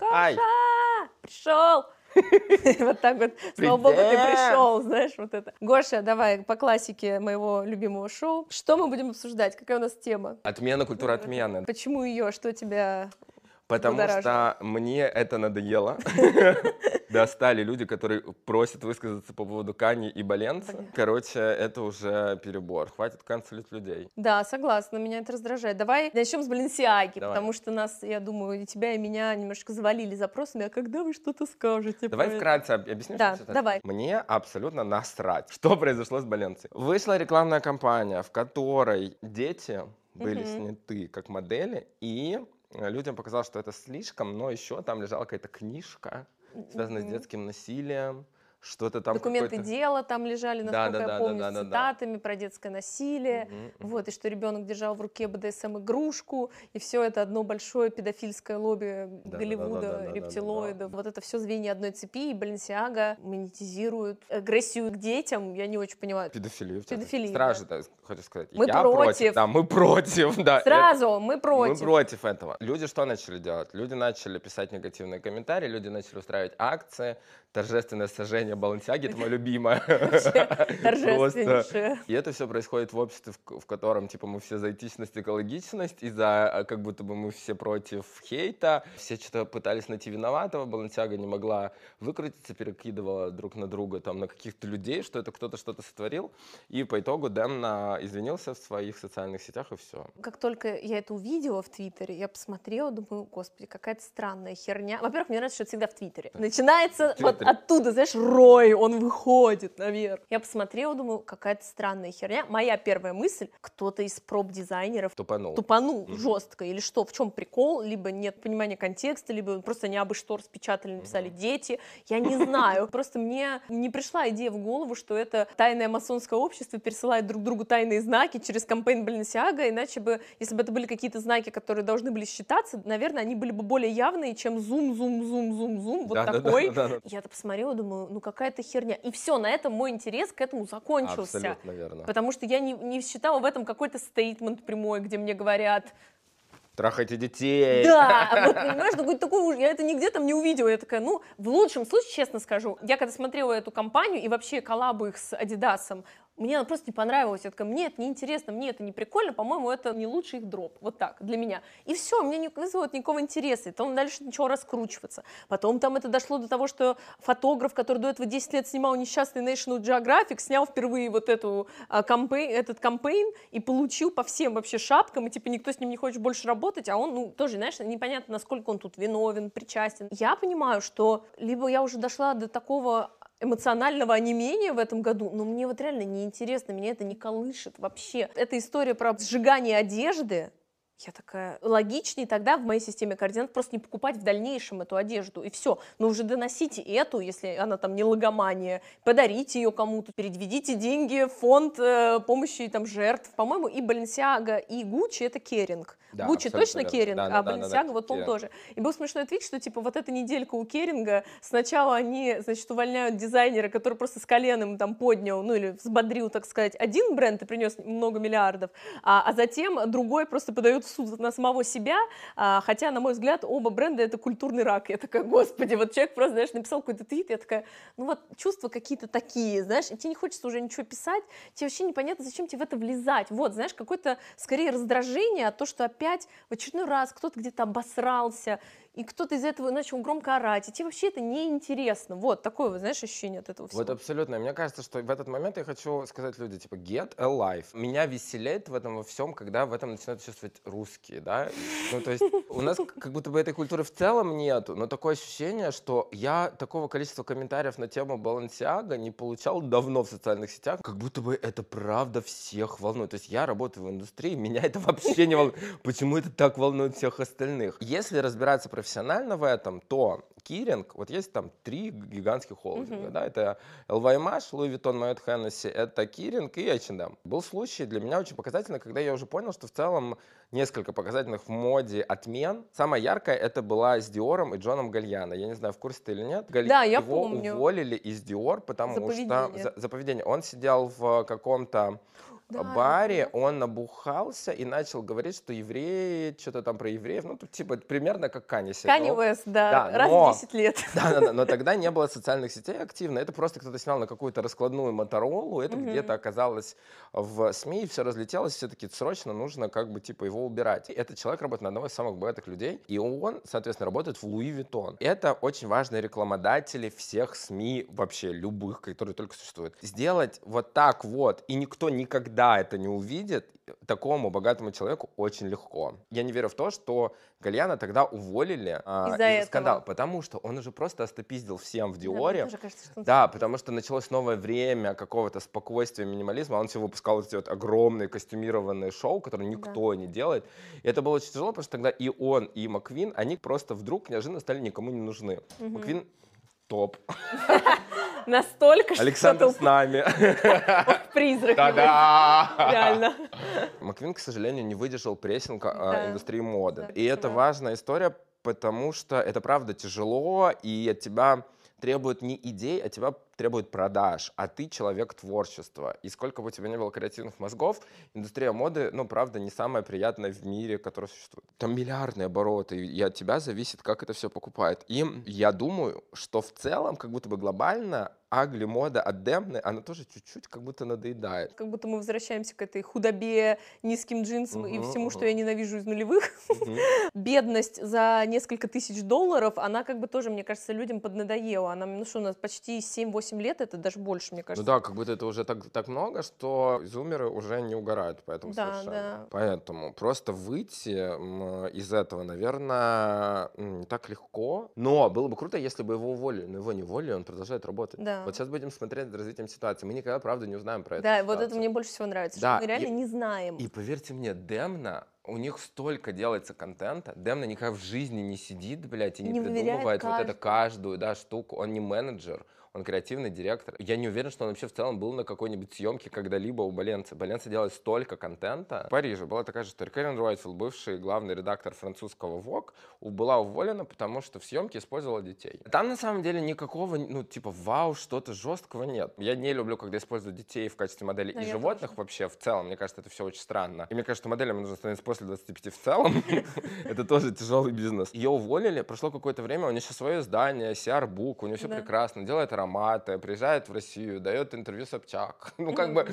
Ай. Гоша! Пришел! Вот так вот, слава богу, ты пришел, знаешь, вот это. Гоша, давай по классике моего любимого шоу. Что мы будем обсуждать? Какая у нас тема? Отмена культуры отмены. Почему ее? Что тебя Потому будоражило? что мне это надоело. Достали люди, которые просят высказаться по поводу Кани и Боленца. Короче, это уже перебор. Хватит канцелить людей. Да, согласна, меня это раздражает. Давай начнем с Баленсиаги, Давай. потому что нас, я думаю, и тебя, и меня немножко завалили запросами, а когда вы что-то скажете? Давай про это? вкратце объясню, Да, что это. давай. Мне абсолютно насрать, что произошло с Боленцей. Вышла рекламная кампания, в которой дети были сняты как модели, и людям показалось, что это слишком, но еще там лежала какая-то книжка, связанная с детским насилием, что-то там Документы какой-то... дела там лежали, насколько я помню, с да. цитатами про детское насилие, вот, и что ребенок держал в руке БДСМ-игрушку, и все это одно большое педофильское лобби Голливуда, рептилоидов. Вот это все звенья одной цепи, и Баленсиага монетизирует агрессию к детям, я не очень понимаю. Педофилию. Педофилию, Стражи, да, хочу сказать. Мы Я против. Да, мы против. Да, Сразу, мы Мы против. против этого. Люди что начали делать? Люди начали писать негативные комментарии, люди начали устраивать акции, торжественное сожжение Баленсиаги, это мое любимое. Торжественнейшее. И это все происходит в обществе, в котором типа мы все за этичность, экологичность, и за как будто бы мы все против хейта. Все что-то пытались найти виноватого, Баленсиага не могла выкрутиться, перекидывала друг на друга, там, на каких-то людей, что это кто-то что-то сотворил. И по итогу Дэн извинился в своих социальных сетях, и все. Как только я это увидела в Твиттере, я посмотрела, думаю, господи, какая-то странная херня. Во-первых, мне нравится, что это всегда в Твиттере. Начинается вот оттуда, знаешь, рой, он выходит наверх. Я посмотрела, думаю, какая-то странная херня. Моя первая мысль, кто-то из проб-дизайнеров тупанул жестко, или что, в чем прикол, либо нет понимания контекста, либо просто не абы что распечатали, написали дети, я не знаю. Просто мне не пришла идея в голову, что это тайное масонское общество пересылает друг другу тайные знаки через кампейн Баленсиага, иначе бы, если бы это были какие-то знаки, которые должны были считаться, наверное, они были бы более явные, чем зум, вот такой. Я-то посмотрела, думаю, ну какая-то херня. И все, на этом мой интерес к этому закончился. Абсолютно верно. Потому что я не считала в этом какой-то стейтмент прямой, где мне говорят... Трахайте детей. Да, вот понимаешь, ну какой-то такой ужас. Я это нигде там не увидела. Я такая, ну, в лучшем случае, честно скажу, я когда смотрела эту кампанию и вообще коллабу их с Адидасом, мне она просто не понравилась. Я такая, мне это неинтересно, мне это не прикольно, по-моему, это не лучший их дроп. Вот так, для меня. И все, мне не вызывает никакого интереса. И там дальше ничего раскручиваться. Потом там это дошло до того, что фотограф, который до этого 10 лет снимал несчастный National Geographic, снял впервые вот этот кампейн и получил по всем вообще шапкам, и типа никто с ним не хочет больше работать, а он, ну, тоже, знаешь, непонятно, насколько он тут виновен, причастен. Я понимаю, что либо я уже дошла до такого эмоционального онемения в этом году, но мне вот реально неинтересно, меня это не колышет вообще. Эта история про сжигание одежды, я такая, логичнее тогда в моей системе координат просто не покупать в дальнейшем эту одежду, и все. Но уже доносите эту, если она там не логомания, подарите ее кому-то, переведите деньги в фонд помощи там жертв. По-моему, и Баленсиага, и Гуччи — это керинг. Да, Гуччи точно верно. керинг, Да, а Баленсиага вот он тоже. И был смешной твит, что типа вот эта неделька у керинга, сначала они, значит, увольняют дизайнера, который просто с коленом там поднял, ну или взбодрил, так сказать, один бренд и принес много миллиардов, а затем другой просто подает в суд на самого себя, хотя, на мой взгляд, оба бренда — это культурный рак. Я такая, господи, вот человек просто, знаешь, написал какой-то твит, я такая, ну вот чувства какие-то такие, знаешь, и тебе не хочется уже ничего писать, тебе вообще непонятно, зачем тебе в это влезать. Вот, знаешь, какое-то скорее раздражение от того, что опять в очередной раз кто-то где-то обосрался, и кто-то из этого начал громко орать, и тебе вообще это неинтересно. Вот, такое, вот, знаешь, ощущение от этого всего. Вот абсолютно. И мне кажется, что в этот момент я хочу сказать людям, типа, get a life. Меня веселяет в этом во всем, когда в этом начинают чувствовать русские, да? Ну, то есть у нас как будто бы этой культуры в целом нету, но такое ощущение, что я такого количества комментариев на тему Баленсиага не получал давно в социальных сетях, как будто бы это правда всех волнует. То есть я работаю в индустрии, меня это вообще не волнует. Почему это так волнует всех остальных? Если разбираться профессионально в этом, то Киринг, вот есть там 3 гигантских холдинга, да, это LVMH, Louis Vuitton, Moet Hennessy, это Киринг и H&M. Был случай для меня очень показательный, когда я уже понял, что в целом несколько показательных в моде отмен. Самая яркая это была с Диором и Джоном Гальяно. Я не знаю, в курсе ты или нет. Да, я его помню. уволили из Диор, потому За что за поведение. Он сидел в каком-то Да, баре, он набухался и начал говорить, что евреи, что-то там про евреев, ну, тут, типа, примерно как Канье себя Канье вел. Уэст, да, Да, раз в но 10 лет. да, но тогда не было социальных сетей активно. Это просто кто-то снял на какую-то раскладную Моторолу, это где-то оказалось в СМИ, все разлетелось, все таки срочно нужно как бы типа его убирать. Этот человек работает на одного из самых богатых людей, и он, соответственно, работает в Луи Виттон. Это очень важные рекламодатели всех СМИ, вообще любых, которые только существуют. Сделать вот так вот, и никто никогда это не увидит, такому богатому человеку очень легко. Я не верю в то, что Гальяна тогда уволили из-за скандала, потому что он уже просто остопиздил всем в Диоре. Мне тоже кажется, что он Да, потому что началось новое время какого-то спокойствия, минимализма. Он все выпускал вот эти вот огромные костюмированные шоу, которые никто не делает. И это было очень тяжело, потому что тогда и он, и Маквин, они просто вдруг неожиданно стали никому не нужны. Маквин топ. Настолько, что Александр с нами. призрак. Да-да! Реально. Маквин, к сожалению, не выдержал прессинга Да. индустрии моды. Да, И это понимаю. важная история, потому что это правда тяжело, и от тебя требуют не идей, а тебя требует продаж, а ты человек творчества. И сколько бы у тебя не было креативных мозгов, индустрия моды, ну, правда, не самая приятная в мире, которая существует. Там миллиардные обороты, и от тебя зависит, как это все покупает. И я думаю, что в целом, как будто бы глобально, агли-мода от Демны, она тоже чуть-чуть как будто надоедает. Как будто мы возвращаемся к этой худобе, низким джинсам и всему, что я ненавижу из нулевых. Бедность за несколько тысяч долларов, она как бы тоже, мне кажется, людям поднадоела. Она, ну что, у нас почти 7-8 лет, это даже больше, мне Ну кажется. да, как будто это уже так много, что зумеры уже не угорают по этому Да, совершенно. да. Поэтому просто выйти из этого, наверное, не так легко. Но было бы круто, если бы его уволили. Но его не уволили, он продолжает работать. Да. Вот сейчас будем смотреть за развитием ситуации. Мы никогда, правда, не узнаем про это. Да, вот это мне больше всего нравится, Да, что мы реально не знаем. И поверьте мне, Демна, у них столько делается контента, Демна никогда в жизни не сидит, блядь, и не придумывает вот это каждую, да, штуку. Он не менеджер, он креативный директор. Я не уверен, что он вообще в целом был на какой-нибудь съемке когда-либо у Баленца. Баленца делает столько контента. В Париже была такая же история. Кэрин Ройтфилд, бывший главный редактор французского Vogue, была уволена, потому что в съемке использовала детей. Там на самом деле никакого, ну, типа, вау, что-то жесткого нет. Я не люблю, когда используют детей в качестве моделей и животных вообще в целом. Мне кажется, это все очень странно. И мне кажется, что моделями нужно становиться после 25 в целом. Это тоже тяжелый бизнес. Ее уволили, прошло какое-то время, у нее сейчас свое издание, CR-бук, у нее все прекрасно, делает ароматы, приезжает в Россию, дает интервью Собчак. Ну, как бы,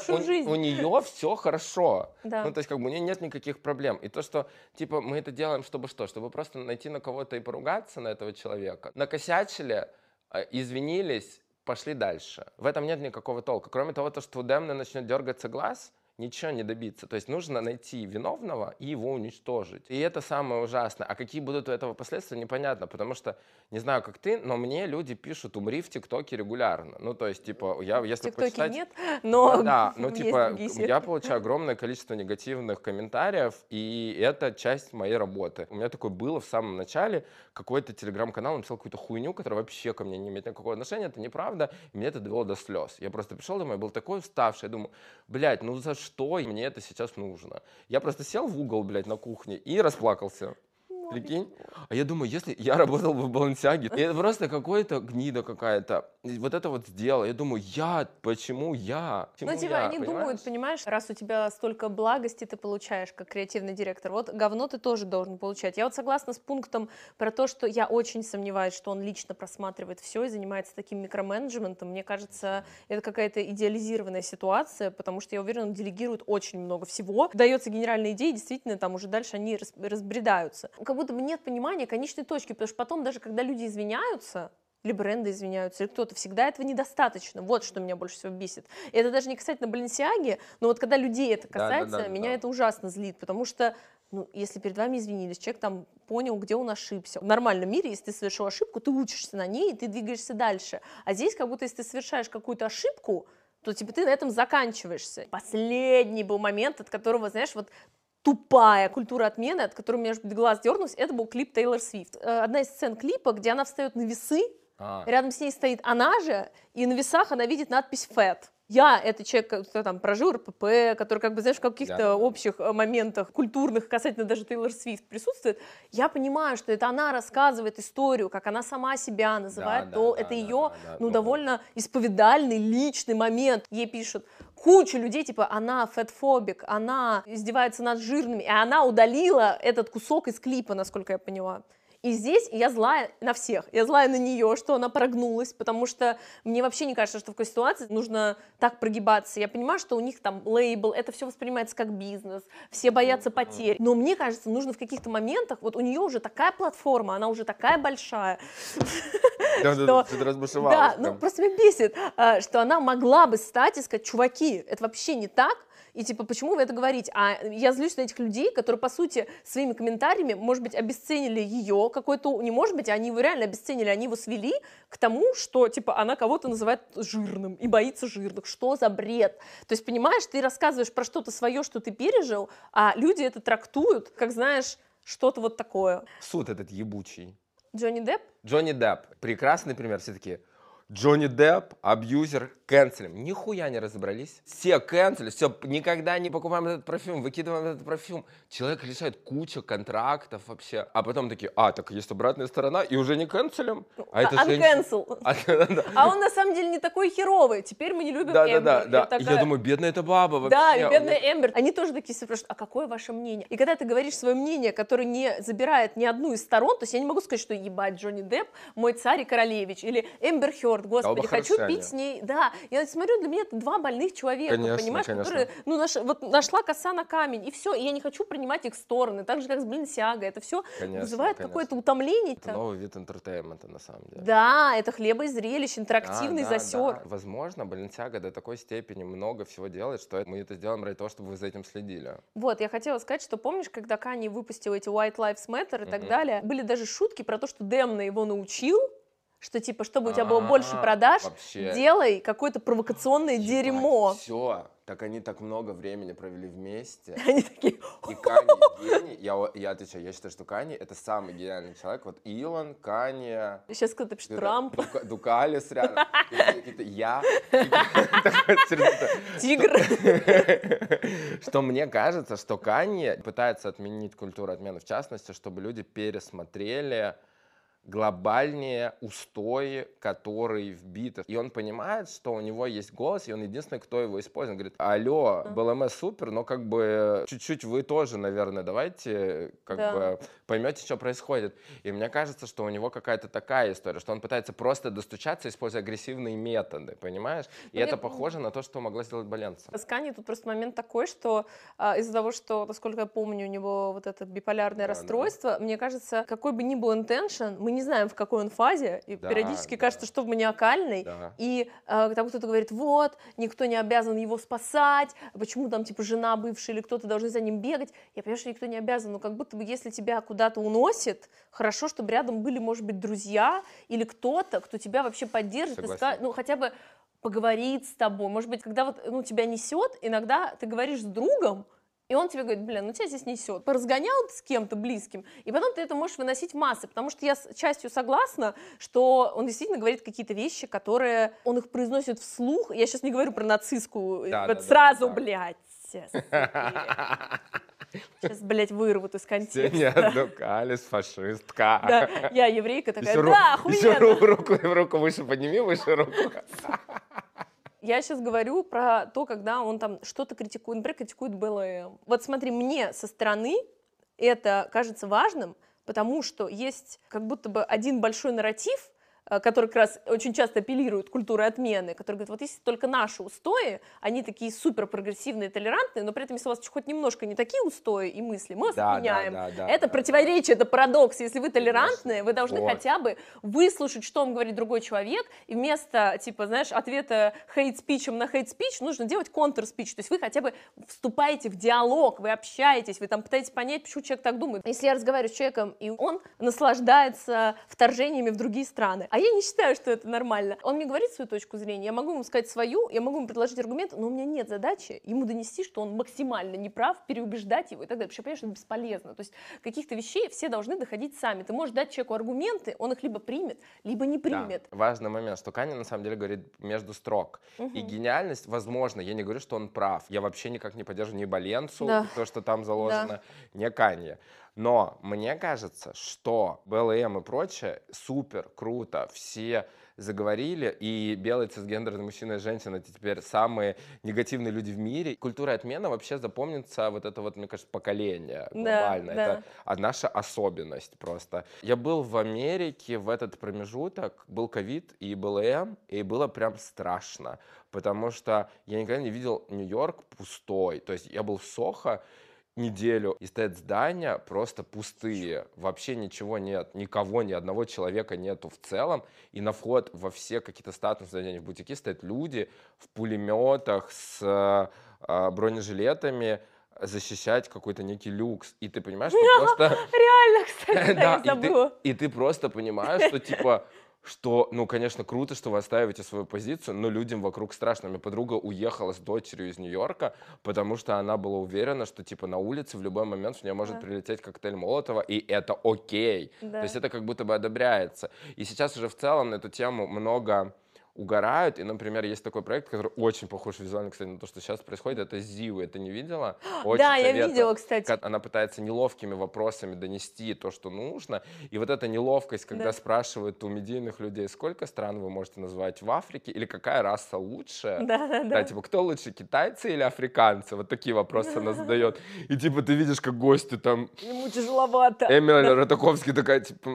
у нее все хорошо. Ну, то есть, как бы, у нее нет никаких проблем. И то, что, типа, мы это делаем, чтобы что? Чтобы просто найти на кого-то и поругаться, на этого человека. Накосячили, извинились, пошли дальше. В этом нет никакого толка. Кроме того, то, что у Демны начнет дергаться глаз, ничего не добиться. То есть нужно найти виновного и его уничтожить. И это самое ужасное. А какие будут у этого последствия, непонятно. Потому что, не знаю, как ты, но мне люди пишут «умри в ТикТоке» регулярно. Ну, то есть, типа, если почитать... нет, но да, ну, типа, есть я получаю огромное количество негативных комментариев, и это часть моей работы. У меня такое было в самом начале. Какой-то телеграм-канал написал какую-то хуйню, которая вообще ко мне не имеет никакого отношения. Это неправда. И меня это довело до слез. Я просто пришел домой, был такой уставший. Я думаю, блядь, ну за что мне это сейчас нужно? Я просто сел в угол, блядь, на кухне и расплакался. Прикинь? А я думаю, если я работал бы в Баленсиаге, это просто какой-то гнида какая-то. Вот это вот сделал. Я думаю, почему я? Ну, типа, они думают, понимаешь, раз у тебя столько благости ты получаешь, как креативный директор, вот говно ты тоже должен получать. Я вот согласна с пунктом про то, что я очень сомневаюсь, что он лично просматривает все и занимается таким микроменеджментом. Мне кажется, это какая-то идеализированная ситуация, потому что я уверена, он делегирует очень много всего. Дается генеральная идея, действительно, там уже дальше они разбредаются. Как будто бы нет понимания конечной точки, потому что потом, даже когда люди извиняются, или бренды извиняются, или кто-то, всегда этого недостаточно. Вот что меня больше всего бесит. И это даже не касательно Баленсиаги, но вот когда людей это касается, меня это ужасно злит, потому что, ну, если перед вами извинились, человек там понял, где он ошибся. В нормальном мире, если ты совершил ошибку, ты учишься на ней, и ты двигаешься дальше. А здесь, как будто, если ты совершаешь какую-то ошибку, то, типа, ты на этом заканчиваешься. Последний был момент, от которого, знаешь, вот тупая культура отмены, от которой у меня глаз дернулся, это был клип Тейлор Свифт. Одна из сцен клипа, где она встает на весы, рядом с ней стоит она же, и на весах она видит надпись «Fat». Я, это человек, кто там прожил РПП, который, как бы, знаешь, в каких-то общих моментах культурных, касательно даже Тейлор Свифт присутствует, я понимаю, что это она рассказывает историю, как она сама себя называет, это ее, довольно исповедальный, личный момент. Ей пишут, кучу людей, типа, она фэтфобик, она издевается над жирными, и она удалила этот кусок из клипа, насколько я поняла. И здесь я злая на всех, я злая на нее, что она прогнулась, потому что мне вообще не кажется, что в такой ситуации нужно так прогибаться. Я понимаю, что у них там лейбл, это все воспринимается как бизнес, все боятся потерь, но мне кажется, нужно в каких-то моментах, вот у нее уже такая платформа, она уже такая большая, Что ты разбушевалась. да, ну просто меня бесит, что она могла бы стать и сказать: чуваки, это вообще не так, и типа, почему вы это говорите? А я злюсь на этих людей, которые, по сути, своими комментариями, может быть, обесценили ее какой-то, не может быть, они его реально обесценили, они его свели к тому, что, типа, она кого-то называет жирным и боится жирных. Что за бред? То есть, понимаешь, ты рассказываешь про что-то свое, что ты пережил, а люди это трактуют, как, знаешь, что-то вот такое. Суд этот ебучий. Джонни Депп? Джонни Депп. Прекрасный пример. Все таки Джонни Депп, абьюзер, кэнселим. Нихуя не разобрались. Все кэнселят, все, никогда не покупаем этот парфюм, выкидываем этот парфюм. Человек лишает кучу контрактов вообще. А потом такие: так есть обратная сторона, и уже не кэнселим. А это Uncancel. А он на самом деле не такой херовый. Теперь мы не любим Эмбер. Да. Я думаю, бедная эта баба вообще. Да, и бедная Эмбер. Они тоже такие спрашивают: а какое ваше мнение? И когда ты говоришь свое мнение, которое не забирает ни одну из сторон, то есть я не могу сказать, что ебать Джонни Депп, мой царь и королевич, или Эмбер Хёрд, господи, хочу пить с ней. Да, я смотрю, для меня это два больных человека, понимаешь, которые, вот нашла коса на камень, и все, и я не хочу принимать их стороны, так же, как с Баленсиаго, это все вызывает какое-то утомление. Это новый вид интертеймента, на самом деле. Да, это хлеба и зрелищ, интерактивный засер. Да. Возможно, Баленсиаго до такой степени много всего делает, что мы это сделаем ради того, чтобы вы за этим следили. Вот, я хотела сказать, что помнишь, когда Канье выпустил эти White Lives Matter и так далее, были даже шутки про то, что Демна его научил, что типа, чтобы у тебя было больше продаж, делай какое-то провокационное дерьмо. Все, так они так много времени провели вместе. Они такие... И Канье гений. Я отвечаю, я считаю, что Канье это самый гениальный человек. Вот Илон, Канье... Сейчас кто-то пишет Трамп. Дукалис рядом. Я. Тигр. Что мне кажется, что Канье пытается отменить культуру отмены, в частности, чтобы люди пересмотрели глобальные устои, которые вбиты. И он понимает, что у него есть голос, и он единственный, кто его использует. Он говорит: алло, БЛМ супер, но как бы чуть-чуть вы тоже, наверное, давайте как бы поймете, что происходит. И мне кажется, что у него какая-то такая история, что он пытается просто достучаться, используя агрессивные методы, понимаешь? И это похоже на то, что могла сделать Баленса. С Канье тут просто момент такой, что из-за того, что, насколько я помню, у него вот это биполярное расстройство, мне кажется, какой бы ни был интеншн, мы не знаем, в какой он фазе, и периодически кажется, что в маниакальной, и там кто-то говорит: вот, никто не обязан его спасать, почему там, типа, жена бывшая или кто-то должны за ним бегать. Я понимаю, что никто не обязан, но как будто бы, если тебя куда-то уносит, хорошо, чтобы рядом были, может быть, друзья или кто-то, кто тебя вообще поддержит, и ну, хотя бы поговорит с тобой. Может быть, когда вот, тебя несет, иногда ты говоришь с другом, и он тебе говорит: блин, тебя здесь несет. Поразгонял с кем-то близким, и потом ты это можешь выносить в массы, потому что я с частью согласна, что он действительно говорит какие-то вещи, которые он их произносит вслух. Я сейчас не говорю про нацистскую, сразу, блядь. Сейчас, блядь, вырвут из контекста. Нет, Дукалис, фашистка. Да, я еврейка такая: да, охуенно. Еще руку выше подними, выше руку. Я сейчас говорю про то, когда он там что-то критикует, например, критикует БЛМ. Вот смотри, мне со стороны это кажется важным, потому что есть как будто бы один большой нарратив, который как раз очень часто апеллирует культурой отмены, который говорит: вот если только наши устои, они такие супер прогрессивные, толерантные, но при этом, если у вас хоть немножко не такие устои и мысли, мы вас отменяем. Это противоречие, это парадокс. Если вы толерантные, вы должны хотя бы выслушать, что вам говорит другой человек, и вместо, типа, знаешь, ответа хейт-спичем на хейт-спич нужно делать контр-спич. То есть вы хотя бы вступаете в диалог, вы общаетесь, вы там пытаетесь понять, почему человек так думает. Если я разговариваю с человеком, и он наслаждается вторжениями в другие страны, а я не считаю, что это нормально. Он мне говорит свою точку зрения, я могу ему сказать свою, я могу ему предложить аргумент, но у меня нет задачи ему донести, что он максимально неправ, переубеждать его и так далее. Потому что, понимаешь, это бесполезно. То есть каких-то вещей все должны доходить сами. Ты можешь дать человеку аргументы, он их либо примет, либо не примет. Да. Важный момент, что Канье на самом деле говорит между строк. И гениальность, возможно, я не говорю, что он прав. Я вообще никак не поддерживаю ни Баленсу, то, что там заложено, ни Канье. Но мне кажется, что БЛМ и прочее супер круто, все заговорили, и белые цисгендерные мужчины и женщины — это теперь самые негативные люди в мире. Культура отмены вообще запомнится вот это вот, мне кажется, поколение Да, глобально. да. Это наша особенность просто. Я был в Америке в этот промежуток, был ковид и БЛМ, и было прям страшно, потому что я никогда не видел Нью-Йорк пустой. То есть я был в Сохо неделю, и стоят здания просто пустые, вообще ничего нет, никого, ни одного человека нету в целом, и на вход во все какие-то статусные заведения в бутики стоят люди в пулеметах с бронежилетами, защищать какой-то некий люкс, и ты понимаешь, что просто... Реально, кстати, да, Да, я забыла. и ты просто понимаешь, что типа, что, ну, конечно, круто, что вы оставите свою позицию, но людям вокруг страшно. У меня подруга уехала с дочерью из Нью-Йорка, потому что она была уверена, что, типа, на улице в любой момент в нее может Да. прилететь коктейль Молотова, и это окей. То Да. есть это как будто бы одобряется. И сейчас уже в целом на эту тему много угорают. И, например, есть такой проект, который очень похож визуально, кстати, на то, что сейчас происходит. Это Зивы. Это не видела? Очень Да, я советую. видела, кстати. Она пытается неловкими вопросами донести то, что нужно. И вот эта неловкость, когда Да. спрашивают у медийных людей, сколько стран вы можете назвать в Африке, или какая раса лучше. Да. Да, типа, кто лучше, китайцы или африканцы? Вот такие вопросы она задает. И типа ты видишь, как гости там... Ему тяжеловато. Эмиль Да. Ротаковский такая, типа...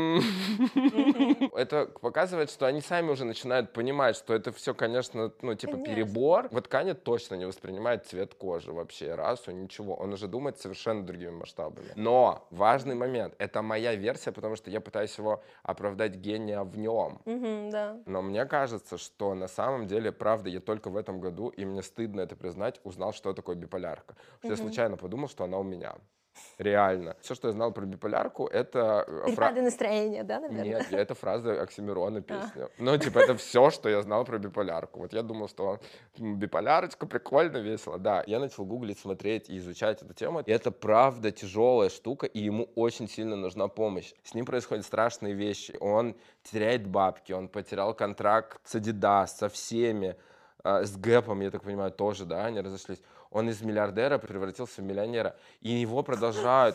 Это показывает, что они сами уже начинают понимать, что это все, конечно, ну, типа, Конечно. перебор. Вот Канье точно не воспринимает цвет кожи вообще, расу, ничего. Он уже думает совершенно другими масштабами. Но важный момент. Это моя версия, потому что я пытаюсь его оправдать гения в нем. Да. Но мне кажется, что на самом деле, правда, я только в этом году, и мне стыдно это признать, узнал, что такое биполярка. Я случайно подумал, что она у меня. Реально. Все, что я знал про биполярку, это... Перепады настроения, да, наверное? Нет, это фраза Оксимирона песня. Ну, типа, это все, что я знал про биполярку. Вот я думал, что биполярочка, прикольно, весело. Да, я начал гуглить, смотреть и изучать эту тему. И это правда тяжелая штука, и ему очень сильно нужна помощь. С ним происходят страшные вещи. Он теряет бабки, он потерял контракт с Adidas, со всеми. С Гэпом, я так понимаю, тоже, да, они разошлись. Он из миллиардера превратился в миллионера. И его продолжают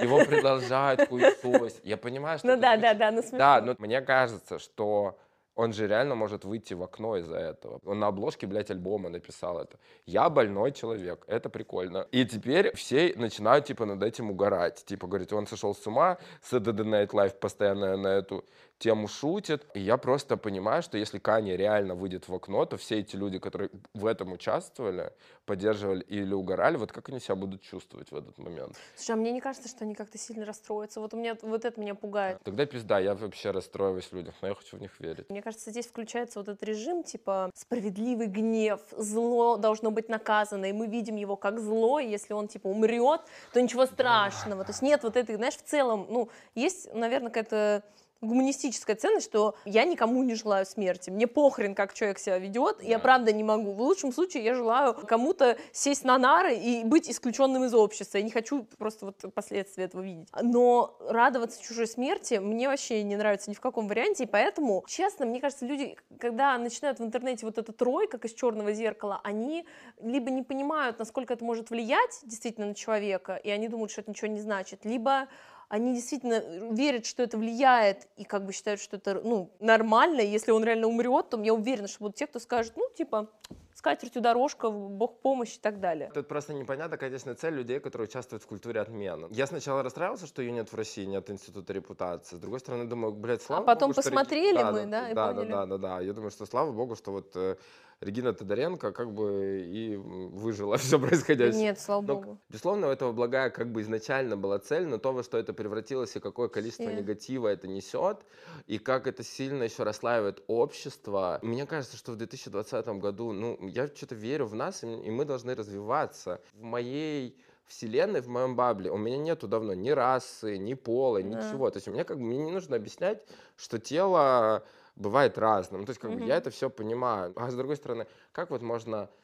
хуесосить. Я понимаю, что... Ну это да, ну смешно. Да, но мне кажется, что он же реально может выйти в окно из-за этого. Он на обложке, блядь, альбома написал это. Я больной человек, это прикольно. И теперь все начинают, типа, над этим угорать. Типа, говорить, он сошел с ума, Saturday Night Live постоянно на эту тему шутит. И я просто понимаю, что если Канье реально выйдет в окно, то все эти люди, которые в этом участвовали, поддерживали или угорали, вот как они себя будут чувствовать в этот момент? Слушай, а мне не кажется, что они как-то сильно расстроятся. Вот у меня вот это меня пугает. Тогда пизда, я вообще расстроиваюсь в людях, но я хочу в них верить. Мне кажется, здесь включается вот этот режим, типа, справедливый гнев, зло должно быть наказано, и мы видим его как зло, и если он, типа, умрет, то ничего страшного. То есть нет вот этой, знаешь, в целом, ну, есть, наверное, какая-то гуманистическая ценность, что я никому не желаю смерти, мне похрен, как человек себя ведет, я правда не могу. В лучшем случае я желаю кому-то сесть на нары и быть исключенным из общества. Я не хочу просто вот последствия этого видеть. Но радоваться чужой смерти мне вообще не нравится ни в каком варианте, и поэтому, честно, мне кажется, люди, когда начинают в интернете вот этот рой, как из черного зеркала, они либо не понимают, насколько это может влиять действительно на человека, и они думают, что это ничего не значит, либо они действительно верят, что это влияет, и как бы считают, что это, ну, нормально, и если он реально умрет, то я уверена, что будут те, кто скажет, ну, типа, с катертью дорожка, Бог помощь и так далее. Тут просто непонятна, конечно, цель людей, которые участвуют в культуре отмены. Я сначала расстраивался, что ее нет в России, нет института репутации. С другой стороны, думаю, блядь, слава богу, потом что посмотрели мы, да, и поняли. Да. Я думаю, что слава богу, что вот Регина Тодоренко как бы и выжила все происходящее. Нет, слава богу. Безусловно, у этого благая как бы изначально была цель, но то, во что это превратилось и какое количество негатива это несет, и как это сильно еще расслаивает общество. Мне кажется, что в 2020 году, ну, я что-то верю в нас, и мы должны развиваться. В моей вселенной, в моем бабле у меня нету давно ни расы, ни пола, ничего. То есть мне как бы мне не нужно объяснять, что тело бывает разным. То есть как бы я это все понимаю. А с другой стороны, как вот можно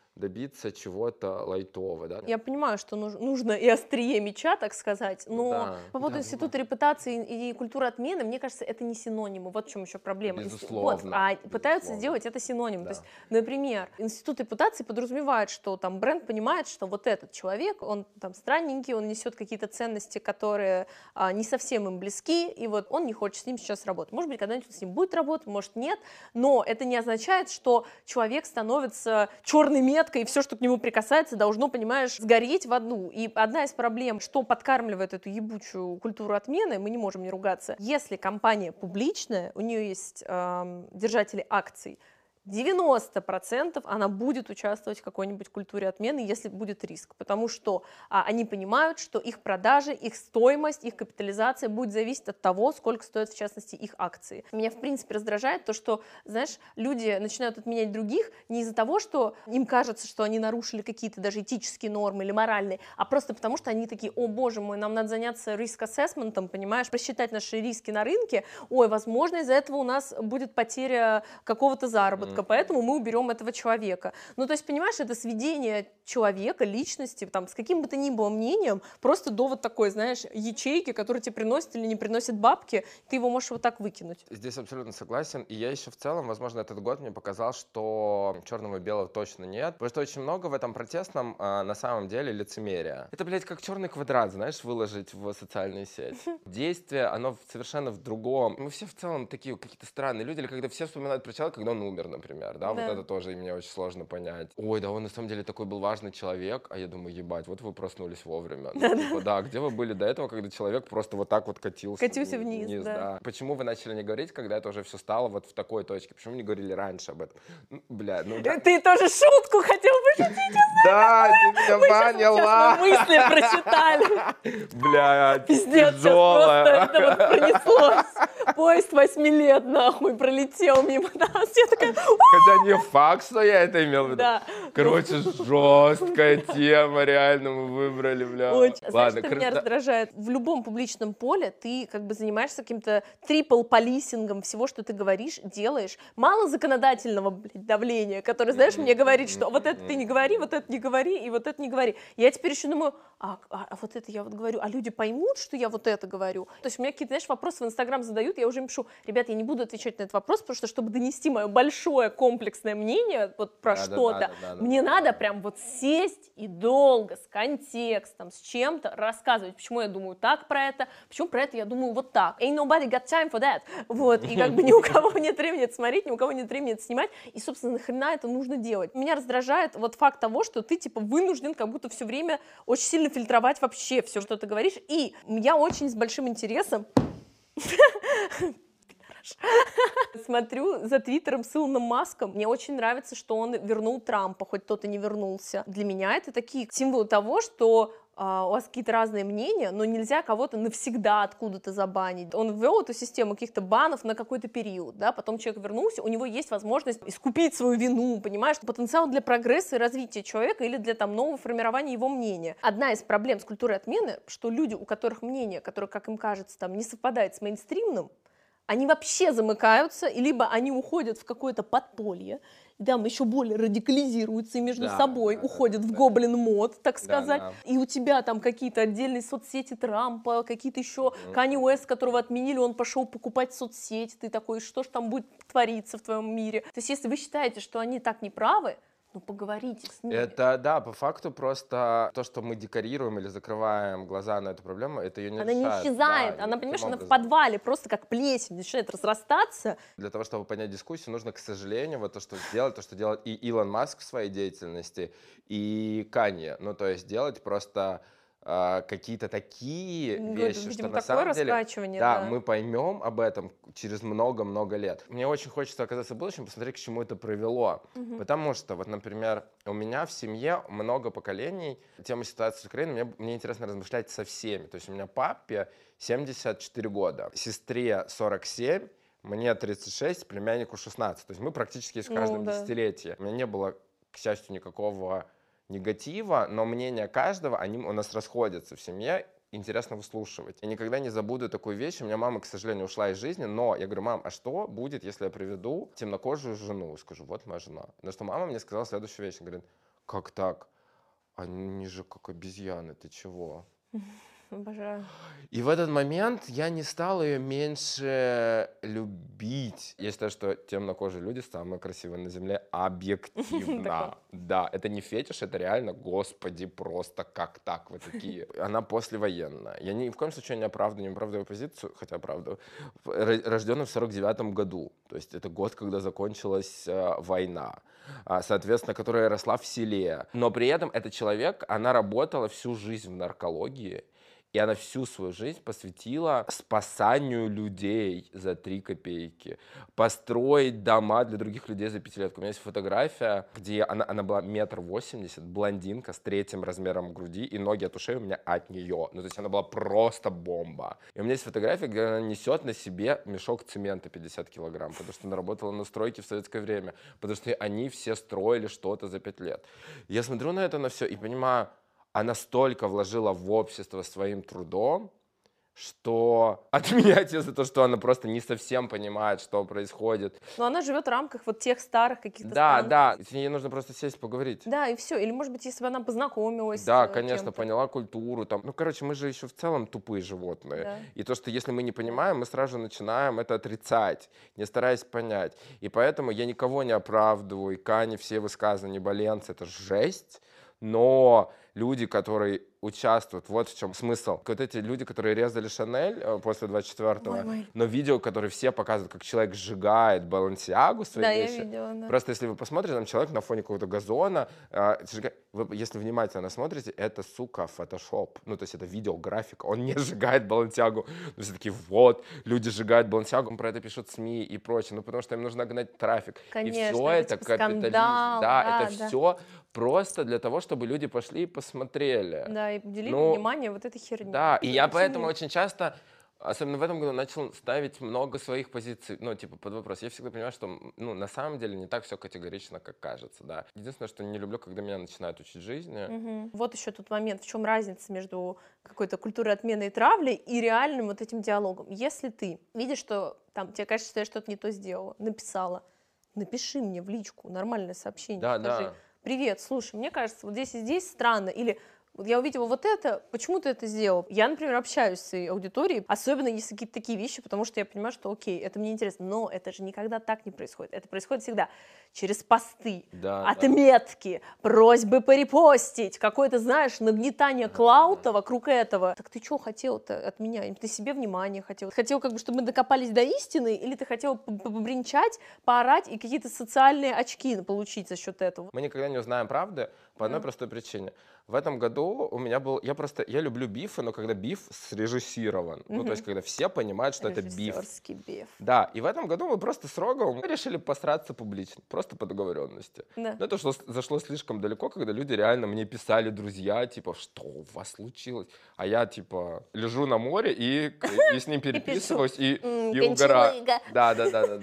добиться чего-то лайтового, да. Я понимаю, что нужно и острие меча, так сказать, но Да, по поводу да, института репутации и культуры отмены, мне кажется, это не синонимы. Вот в чем еще проблема. Безусловно, А пытаются безусловно. сделать это синоним. Да. То есть, например, институт репутации подразумевает, что там бренд понимает, что вот этот человек, он там странненький, он несет какие-то ценности, которые не совсем им близки, и вот он не хочет с ним сейчас работать. Может быть, когда-нибудь с ним будет работать, может, нет, но это не означает, что человек становится черной меткой, и все, что к нему прикасается, должно, понимаешь, сгореть в аду. И одна из проблем, что подкармливает эту ебучую культуру отмены, мы не можем не ругаться. Если компания публичная, у нее есть держатели акций, 90% она будет участвовать в какой-нибудь культуре отмены, если будет риск, потому что они понимают, что их продажи, их стоимость, их капитализация будет зависеть от того, сколько стоят, в частности, их акции. Меня, в принципе, раздражает то, что, знаешь, люди начинают отменять других не из-за того, что им кажется, что они нарушили какие-то даже этические нормы или моральные, а просто потому, что они такие: о, боже мой, нам надо заняться риск-ассессментом, понимаешь, просчитать наши риски на рынке, ой, возможно, из-за этого у нас будет потеря какого-то заработка, поэтому мы уберем этого человека. Ну, то есть, понимаешь, это сведение человека, личности, там, с каким бы то ни было мнением, просто до вот такой, знаешь, ячейки, которая тебе приносит или не приносит бабки, ты его можешь вот так выкинуть. Здесь абсолютно согласен. И я еще в целом, возможно, этот год мне показал, что черного и белого точно нет. Потому что очень много в этом протестном на самом деле лицемерия. Это, блядь, как черный квадрат, знаешь, выложить в социальные сети. Действие, оно совершенно в другом. Мы все в целом такие какие-то странные люди, или когда все вспоминают про человека, когда он умер, например, да, вот это тоже мне очень сложно понять. Ой, да он на самом деле такой был важный человек, а я думаю, ебать, вот вы проснулись вовремя. Ну, типа, да, где вы были до этого, когда человек просто вот так вот катился вниз, да. Почему вы начали не говорить, когда это уже все стало вот в такой точке? Почему не говорили раньше об этом? Ну, бля, ну да. Ты тоже шутку хотел пошутить, Да, ты меня поняла. мы мысли прочитали. Блядь, Пиздец, сейчас просто это вот пронеслось. Поезд 8 лет, нахуй, пролетел мимо нас. Я такая... Хотя не факт, что я это имел в виду. Да. Короче, жесткая тема, реально мы выбрали, бля. Очень. Знаешь, Ладно, что меня раздражает? В любом публичном поле ты как бы занимаешься каким-то трипл-полисингом всего, что ты говоришь, делаешь. Мало законодательного, блядь, давления, которое, знаешь, мне говорит, что вот это ты не говори, вот это не говори, и вот это не говори. Я теперь еще думаю, а вот это я вот говорю, а люди поймут, что я вот это говорю? То есть у меня какие-то, знаешь, вопросы в Инстаграм задают, я уже им пишу: ребят, я не буду отвечать на этот вопрос, потому что, чтобы донести мое большое комплексное мнение вот про что-то, мне надо прям вот сесть и долго, с контекстом, с чем-то рассказывать, почему я думаю так про это, почему про это я думаю вот так. Ain't nobody got time for that. Вот, и как бы ни у кого нет времени это смотреть, ни у кого нет времени это снимать, и, собственно, нахрена это нужно делать? Меня раздражает вот факт того, что ты, типа, вынужден как будто все время очень сильно фильтровать вообще все, что ты говоришь, и я очень с большим интересом смотрю за твиттером с Илоном Маском. Мне очень нравится, что он вернул Трампа, хоть тот и не вернулся. Для меня это такие символы того, что у вас какие-то разные мнения, но нельзя кого-то навсегда откуда-то забанить. Он ввел эту систему каких-то банов на какой-то период, да, потом человек вернулся, у него есть возможность искупить свою вину, понимаешь, потенциал для прогресса и развития человека или для там нового формирования его мнения. Одна из проблем с культурой отмены, что люди, у которых мнение, которое, как им кажется, там не совпадает с мейнстримным, они вообще замыкаются, и либо они уходят в какое-то подполье, и там еще более радикализируются и между собой уходят в гоблин-мод, так сказать, и у тебя там какие-то отдельные соцсети Трампа, какие-то еще Канье Уэст, которого отменили, он пошел покупать соцсети, ты такой, что ж там будет твориться в твоем мире? То есть если вы считаете, что они так неправы, ну, поговорите с ними. Это, да, по факту просто то, что мы декорируем или закрываем глаза на эту проблему, это ее не решает. Она не исчезает, да, она, понимаешь, она в подвале просто как плесень начинает разрастаться. Для того, чтобы понять дискуссию, нужно, к сожалению, вот то, что делает и Илон Маск в своей деятельности, и Канье. Ну, то есть делать просто какие-то такие вещи, видимо, что на самом деле, да, мы поймем об этом через много-много лет. Мне очень хочется оказаться в будущем, посмотреть, к чему это привело. Потому что, вот, например, у меня в семье много поколений. Тема ситуации с Украиной, мне интересно размышлять со всеми. То есть у меня папе 74 года, сестре 47, мне 36, племяннику 16. То есть мы практически с каждым десятилетием. У меня не было, к счастью, никакого негатива, но мнения каждого, они у нас расходятся в семье, интересно выслушивать. Я никогда не забуду такую вещь. У меня мама, к сожалению, ушла из жизни, но я говорю: мам, а что будет, если я приведу темнокожую жену? Скажу: вот моя жена. На что мама мне сказала следующую вещь. Она говорит: как так? Они же как обезьяны, ты чего? Обожаю. И в этот момент я не стал ее меньше любить. Я считаю, что темнокожие люди самые красивые на Земле объективно. Да, это не фетиш, это реально, господи, просто как так вы такие. Она послевоенная. Я ни в коем случае не оправдываю позицию, хотя оправдываю. Рожденная в 49-м году. То есть это год, когда закончилась война. Соответственно, которая росла в селе. Но при этом этот человек, она работала всю жизнь в наркологии. И она всю свою жизнь посвятила спасанию людей за 3 копейки. Построить дома для других людей за 5 лет. У меня есть фотография, где она была 1,80 м, блондинка с 3-м размером груди, и ноги от ушей у меня от нее. Ну, то есть она была просто бомба. И у меня есть фотография, где она несет на себе мешок цемента 50 килограмм, потому что она работала на стройке в советское время, потому что они все строили что-то за 5 лет. Я смотрю на это, на все, и понимаю, она столько вложила в общество своим трудом, что отменять ее за то, что она просто не совсем понимает, что происходит. Но она живет в рамках вот тех старых каких-то Да, стран. да, с ней нужно просто сесть поговорить. Да, и все. Или, может быть, если бы она познакомилась Да, с конечно, кем-то. поняла культуру. Там. Ну, короче, мы же еще в целом тупые животные. Да. И то, что если мы не понимаем, мы сразу же начинаем это отрицать, не стараясь понять. И поэтому я никого не оправдываю. И Кани, все высказывания Боленца — это жесть. Но люди, которые участвуют, вот в чем смысл. Вот эти люди, которые резали Шанель после 24-го, Ой. но видео, которые все показывают, как человек сжигает Баленсиагу, свои Да, вещи. я видела, да. Просто если вы посмотрите, там человек на фоне какого-то газона, вы, если внимательно смотрите, это, сука, фотошоп. Ну, то есть это видеографика. Он не сжигает Баленсиагу. Но все такие, вот, люди сжигают Баленсиагу, про это пишут СМИ и прочее. Ну, потому что им нужно гнать трафик. Конечно, и все это типа капитализм. скандал, Да, это да. все просто для того, чтобы люди пошли и посмотрели. Да, и уделили Ну, внимание вот этой херне. Да, и я Почему? поэтому очень часто, особенно в этом году, начал ставить много своих позиций, ну, типа, под вопрос. Я всегда понимаю, что, ну, на самом деле не так все категорично, как кажется, да. Единственное, что не люблю, когда меня начинают учить жизни. Мгм. Вот еще тут момент, в чем разница между какой-то культурой отмены и травли и реальным вот этим диалогом. Если ты видишь, что там тебе кажется, что я что-то не то сделала, написала, напиши мне в личку нормальное сообщение, Да, скажи: да. привет, слушай, мне кажется, вот здесь и здесь странно, или вот я увидела вот это, почему ты это сделал? Я, например, общаюсь с своей аудиторией, особенно если какие-то такие вещи, потому что я понимаю, что окей, это мне интересно, но это же никогда так не происходит. Это происходит всегда через посты, Да, отметки, просьбы порепостить, какое-то, знаешь, нагнетание клаута вокруг этого. Так ты что хотел-то от меня? Ты себе внимание хотел? Хотел, как бы, чтобы мы докопались до истины, или ты хотел побринчать, поорать и какие-то социальные очки получить за счет этого? Мы никогда не узнаем правды по одной простой причине. В этом году у меня был, я люблю бифы, но когда биф срежиссирован, ну, то есть когда все понимают, что это биф. Режиссерский биф. Да, и в этом году мы просто с Роговым решили посраться публично, просто по договоренности. Да. Но это зашло слишком далеко, когда люди реально мне писали, друзья, типа, что у вас случилось? А я, типа, лежу на море и с ним переписываюсь, и угораю. Да.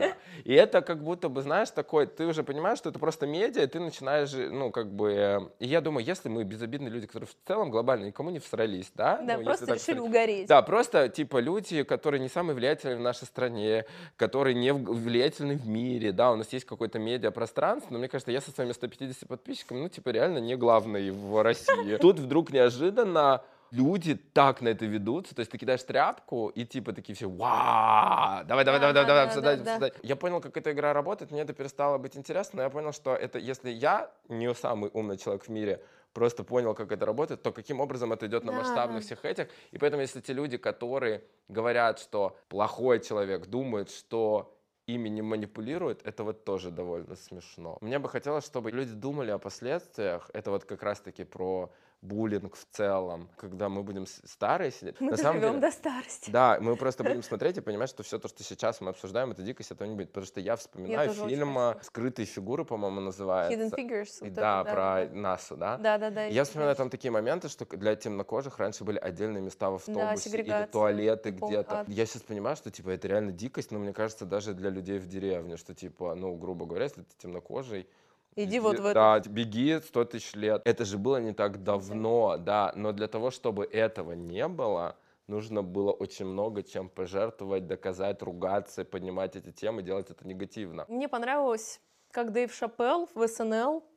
И это как будто бы, знаешь, такой, ты уже понимаешь, что это просто медиа, и ты начинаешь, ну, как бы... И я думаю, если мы безобидные люди, которые в целом глобально никому не всрались, да? Да, Ну, просто если так решили сказать. угореть. Да, просто, типа, люди, которые не самые влиятельные в нашей стране, которые не влиятельны в мире, да, у нас есть какое-то медиапространство, но мне кажется, я со своими 150 подписчиками, ну, типа, реально не главный в России. Тут вдруг неожиданно люди так на это ведутся, то есть ты кидаешь тряпку, и типа такие все, вау, давай, обсуждать. Я понял, как эта игра работает, мне это перестало быть интересно, но я понял, что это, если я не самый умный человек в мире, просто понял, как это работает, то каким образом это идет на масштабных всех этих. И поэтому, если те люди, которые говорят, что плохой человек, думают, что ими не манипулируют, это вот тоже довольно смешно. Мне бы хотелось, чтобы люди думали о последствиях. Это вот как раз-таки про буллинг в целом, когда мы будем старые сидеть. Мы На самом доживем деле, до старости. да, мы просто будем смотреть и понимать, что все то, что сейчас мы обсуждаем, это дикость, этого не будет. Потому что я вспоминаю тоже фильм очень «Скрытые фигуры», по-моему, называется. Hidden Figures. И вот да, это, про НАСА, да? Да. Я вспоминаю там такие моменты, что для темнокожих раньше были отдельные места в автобусе или сегрегация, туалеты пол, где-то. ад. Я сейчас понимаю, что типа это реально дикость, но мне кажется, даже для людей в деревне, что типа, ну, грубо говоря, если ты темнокожий, Иди вот в это. да, беги 100 тысяч лет. Это же было не так давно, да, но для того, чтобы этого не было, нужно было очень много чем пожертвовать, доказать, ругаться, поднимать эти темы, делать это негативно. Мне понравилось, как Дэйв Шапелл в СНЛ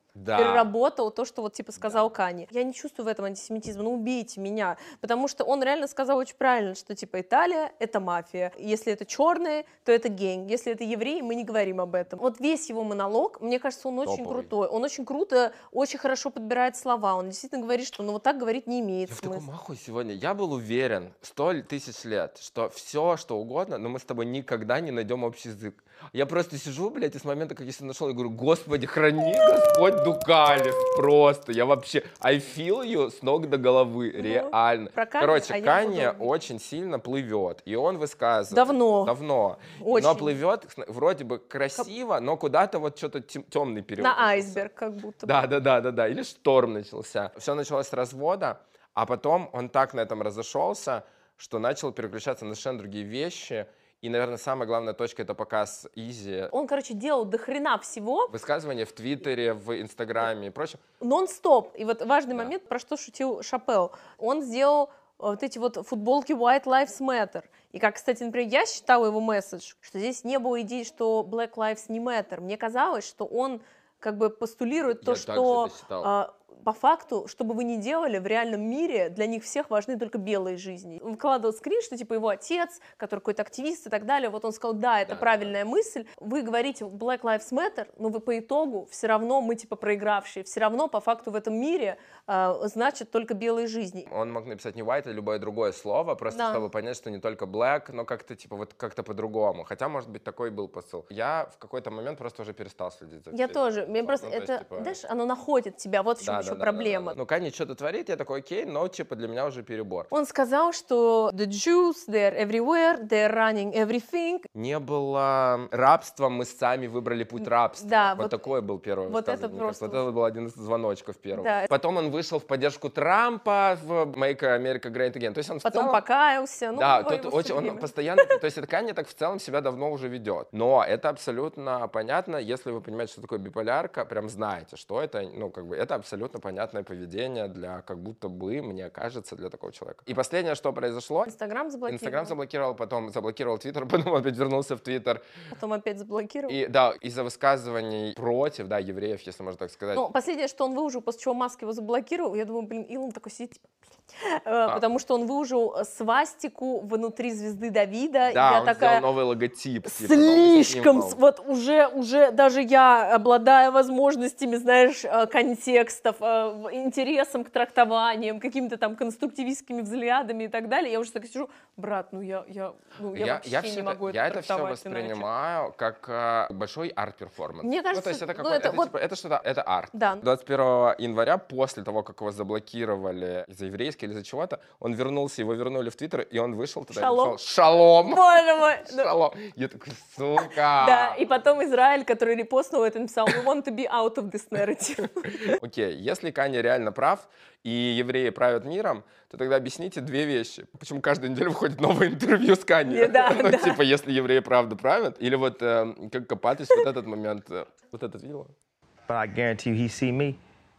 Да. переработал то, что вот типа сказал Кани. Я не чувствую в этом антисемитизма, ну убейте меня, потому что он реально сказал очень правильно, что типа Италия — это мафия, если это черные, то это гэнг, если это евреи, мы не говорим об этом. Вот весь его монолог, мне кажется, он очень Топовый. крутой, он очень круто, очень хорошо подбирает слова, он действительно говорит, что ну вот так говорить не имеет Я в таком смысла. ахуе сегодня. Я был уверен 100 тысяч лет, что все, что угодно, но мы с тобой никогда не найдем общий язык. Я просто сижу, блядь, и с момента, как я себя нашел, я говорю, Господи, храни Господь Дукалис. Просто. Я вообще, I feel you с ног до головы. Реально. Про Канье, Короче, а я Канье буду- очень сильно плывет. И он высказывает. Давно. Давно. Очень. Но плывет вроде бы красиво, но куда-то вот что-то темный период. На начался. айсберг как будто бы. Да. Или шторм начался. Все началось с развода, а потом он так на этом разошелся, что начал переключаться на совершенно другие вещи. И, наверное, самая главная точка — это показ Изи. Он, короче, делал до хрена всего, Высказывания в Твиттере, в Инстаграме и прочем. нон-стоп. И вот важный Да. момент, про что шутил Шапел. Он сделал вот эти вот футболки White Lives Matter. И как, кстати, например, я считала его месседж, что здесь не было идеи, что Black Lives не matter. Мне казалось, что он как бы постулирует то, Я также что это считал. по факту, что бы вы ни делали, в реальном мире для них всех важны только белые жизни. Он выкладывал скрин, что типа его отец, который какой-то активист и так далее, вот он сказал, да, это Да, правильная мысль, вы говорите Black Lives Matter, но вы по итогу все равно, мы типа проигравшие, все равно по факту в этом мире значит только белые жизни. Он мог написать не white, а любое другое слово, просто Да. чтобы понять, что не только black, но как-то типа вот как-то по-другому. Хотя, может быть, такой был посыл. Я в какой-то момент просто уже перестал следить за Я всей тоже, этой мне инфой. просто Ну, то есть, это, типа, знаешь, оно находит тебя, вот в чем еще проблема. Ну, Канье что-то творит, я такой, окей, но типа для меня уже перебор. Он сказал, что the Jews, they're everywhere, they're running everything. Не было рабства, мы сами выбрали путь рабства. Да, вот такой был первый вот это высказывание, мне кажется. просто Вот это был один из звоночков первых. Да. Потом он вышел в поддержку Трампа в Make America Great Again. То есть он в Потом целом... покаялся. Ну, Да, ой, тут его очень, всё он время. постоянно, то есть это Канье так в целом себя давно уже ведет. Но это абсолютно понятно, если вы понимаете, что такое биполярка, прям знаете, что это, ну, как бы, это абсолютно понятное поведение для, как будто бы, мне кажется, для такого человека. И последнее, что произошло, Инстаграм заблокировал. Инстаграм заблокировал, потом заблокировал Твиттер, потом опять вернулся в Твиттер. Потом опять заблокировал. И да, из-за высказываний против, да, евреев, если можно так сказать. Ну, последнее, что он выложил, после чего Маск его заблокировал, я думаю, блин, Илон такой сидит, типа, потому что он выложил свастику внутри звезды Давида. Да, я он такая, сделал новый логотип. типа, новый слишком, символ. вот уже даже я, обладая возможностями, знаешь, контекстов, интересом к трактованиям, какими-то там конструктивистскими взглядами и так далее, я уже так сижу, брат, ну я вообще не могу я это все трактовать иначе. воспринимаю как большой арт-перформанс. Мне Ну, то кажется, есть это ну, какой-то, это вот- типа, это что-то, это арт. Да. 21 января, после того, как его заблокировали из-за еврейской или из-за чего-то, он вернулся, его вернули в Твиттер, и он вышел туда Шалом. и написал «Шалом!» Боже мой! Ну, Шалом. Я такой, сука! да, и потом Израиль, который репостнул это, написал, we want to be out of this narrative. Окей, если Канье реально прав, и евреи правят миром, то тогда объясните две вещи. Почему каждую неделю выходит новое интервью с Канье? Да, Ну, да. типа, если евреи правда правят, или вот как Копатыч вот этот момент, вот этот видела? But I guarantee you, he see me.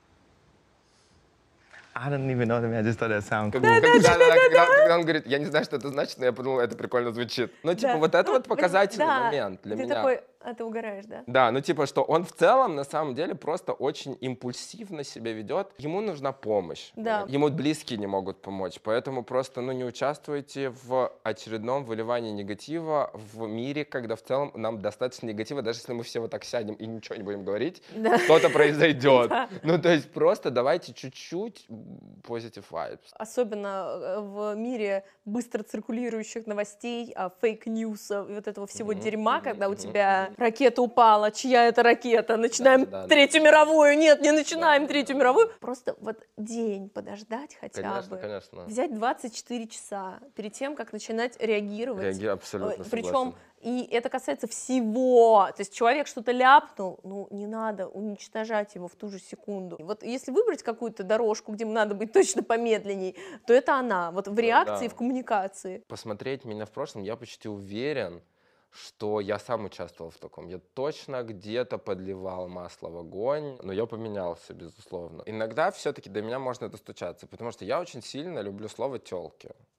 I didn't even know that, man. I just thought that sounded cool. Когда он говорит, я не знаю, что это значит, но я подумал, это прикольно звучит. Ну, типа, Да. вот это Ну, вот показательный да. момент для Ты меня. такой, а ты угораешь, да? Да, ну типа, что он в целом на самом деле просто очень импульсивно себя ведет. Ему нужна помощь. Да. Ему близкие не могут помочь. Поэтому просто не участвуйте в очередном выливании негатива в мире, когда в целом нам достаточно негатива, даже если мы все вот так сядем и ничего не будем говорить, Да. что-то произойдет. Да. Ну, то есть просто давайте чуть-чуть positive vibes. Особенно в мире быстро циркулирующих новостей, фейк-ньюса и вот этого всего дерьма, когда у тебя ракета упала, чья это ракета, начинаем Да. Третью мировую, нет, не начинаем Третью мировую. Просто вот день подождать хотя Конечно, бы. конечно. Взять 24 часа перед тем, как начинать реагировать. Абсолютно Причем, согласен. и это касается всего. То есть человек что-то ляпнул, ну, не надо уничтожать его в ту же секунду. И вот если выбрать какую-то дорожку, где надо быть точно помедленней, то это она. Вот в реакции, да. в коммуникации. Посмотреть меня в прошлом, я почти уверен, что я сам участвовал в таком. Я точно где-то подливал масло в огонь, но я поменялся, безусловно. Иногда все-таки до меня можно достучаться, потому что я очень сильно люблю слово «тёлки».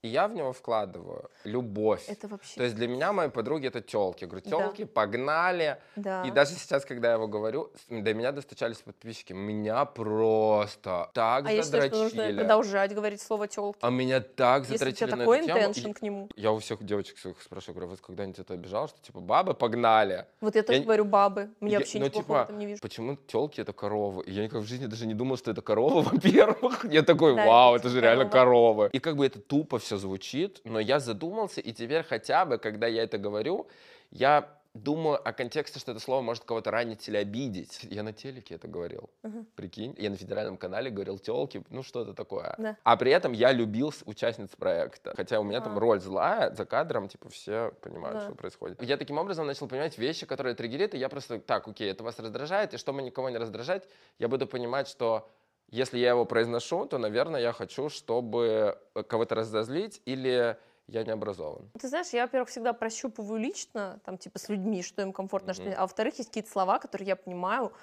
и я в него вкладываю любовь. Это вообще... То есть для меня мои подруги это тёлки. Я говорю, Да. тёлки, погнали. Да. И даже сейчас, когда я его говорю, до меня достучались подписчики. Меня просто так А я считаю, что нужно задрочили. продолжать говорить слово тёлки. А меня так Если у задрочили тебя на такой эту тему. интеншн к нему. Я у всех девочек своих спрашиваю, говорю, вас когда-нибудь это обижал, что типа бабы погнали? Вот я тоже Я- говорю бабы. Мне Я- вообще ну, ничего типа, плохого в этом не вижу. Почему тёлки это коровы? И я никогда в жизни даже не думал, что это коровы, во-первых. Я такой, Да, вау, это это же типа реально корова. коровы. И как бы это тупо все звучит, но я задумался, и теперь хотя бы, когда я это говорю, я думаю о контексте, что это слово может кого-то ранить или обидеть. Я на телеке это говорил. Прикинь, я на федеральном канале говорил тёлки, ну что-то такое. Да. А при этом я любил участниц проекта. Хотя у меня там А. роль злая, за кадром, типа, все понимают, Да. что происходит. Я таким образом начал понимать вещи, которые триггерят, и я просто, так, окей, это вас раздражает, и чтобы никого не раздражать, я буду понимать, что если я его произношу, то, наверное, я хочу, чтобы кого-то разозлить, или я не образован. Ты знаешь, я, во-первых, всегда прощупываю лично, там, типа, с людьми, что им комфортно, что... А во-вторых, есть какие-то слова, которые я понимаю,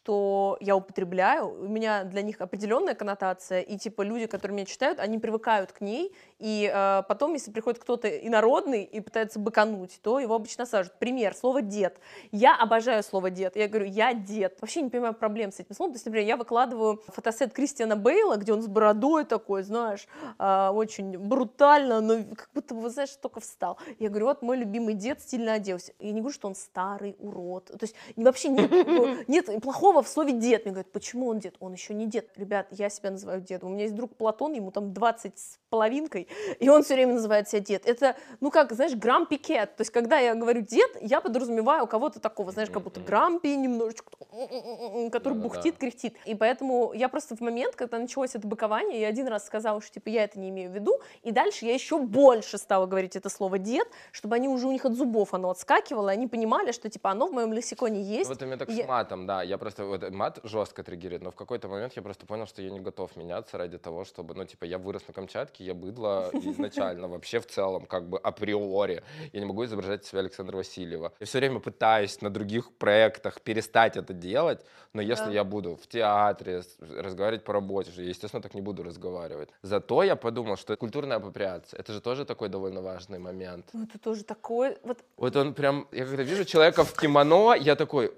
что я употребляю, у меня для них определенная коннотация, и, типа, люди, которые меня читают, они привыкают к ней, и потом, если приходит кто-то инородный и пытается быкануть, то его обычно сажают. Пример, слово «дед». Я обожаю слово «дед», я говорю, я дед. Вообще не понимаю проблем с этим словом. То есть, например, я выкладываю фотосет Кристиана Бейла, где он с бородой такой, знаешь, очень брутально, но как будто бы, знаешь, только встал. Я говорю, вот мой любимый дед стильно оделся. Я не говорю, что он старый урод. То есть вообще нет плохого в слове дед. Мне говорят, почему он дед? Он еще не дед. Ребят, я себя называю дедом. У меня есть друг Платон, ему там 20 с половинкой, и он все время называет себя дед. Это, ну как, знаешь, грампи кэт. То есть когда я говорю дед, я подразумеваю кого-то такого, знаешь, как будто грампи немножечко, который бухтит, кряхтит. И поэтому я просто в момент, когда началось это быкование, я один раз сказала, что типа я это не имею в виду, и дальше я еще больше стала говорить это слово дед, чтобы они уже у них от зубов оно отскакивало, и они понимали, что типа оно в моем лексиконе есть. Вот у меня так с матом, да, я просто, вот, мат жестко триггерит, но в какой-то момент я просто понял, что я не готов меняться ради того, чтобы, ну, типа, я вырос на Камчатке, я быдло изначально, вообще в целом, как бы априори, я не могу изображать себя Александра Васильева. Я все время пытаюсь на других проектах перестать это делать, но если я буду в театре разговаривать по работе, я, естественно, так не буду разговаривать. Зато я подумал, что культурная апроприация, это же тоже такой довольно важный момент. Ну, это тоже такое, Вот он прям, я когда вижу человека в кимоно, я такой,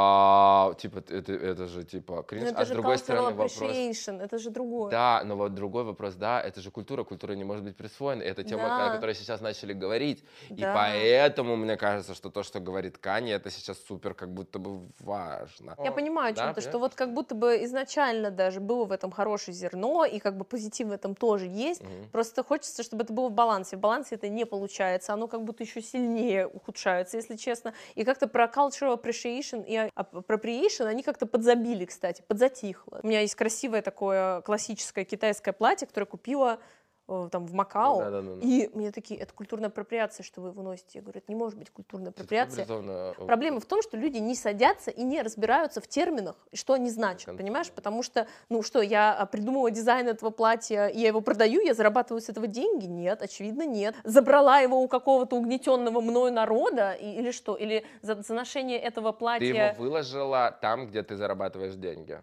вау, типа, это же, типа, кринж. это А с же другой cultural стороны вопрос... appreciation, это же другое. Да, но вот другой вопрос, да, это же культура не может быть присвоена. Это тема, Да. о которой сейчас начали говорить. И Да. поэтому, мне кажется, что то, что говорит Канье, это сейчас супер как будто бы важно. Я понимаю о Да, чем-то, что понимаешь? вот как будто бы изначально даже было в этом хорошее зерно, и как бы позитив в этом тоже есть, просто хочется, чтобы это было в балансе. В балансе это не получается, оно как будто еще сильнее ухудшается, если честно. И как-то про cultural appreciation и appropriation они как-то подзабили, кстати, подзатихло. У меня есть красивое такое классическое китайское платье, которое купила там в Макао, Да. и мне такие, это культурная апроприация, что вы его носите. Я говорю, это не может быть культурная апроприация. Образованно- Проблема в том, что люди не садятся и не разбираются в терминах, и что они значат, понимаешь? Потому что, ну что, я придумала дизайн этого платья, и я его продаю, я зарабатываю с этого деньги? Нет, очевидно, нет. Забрала его у какого-то угнетенного мною народа, или что? Или за ношение этого Ты платья... его выложила там, где ты зарабатываешь деньги.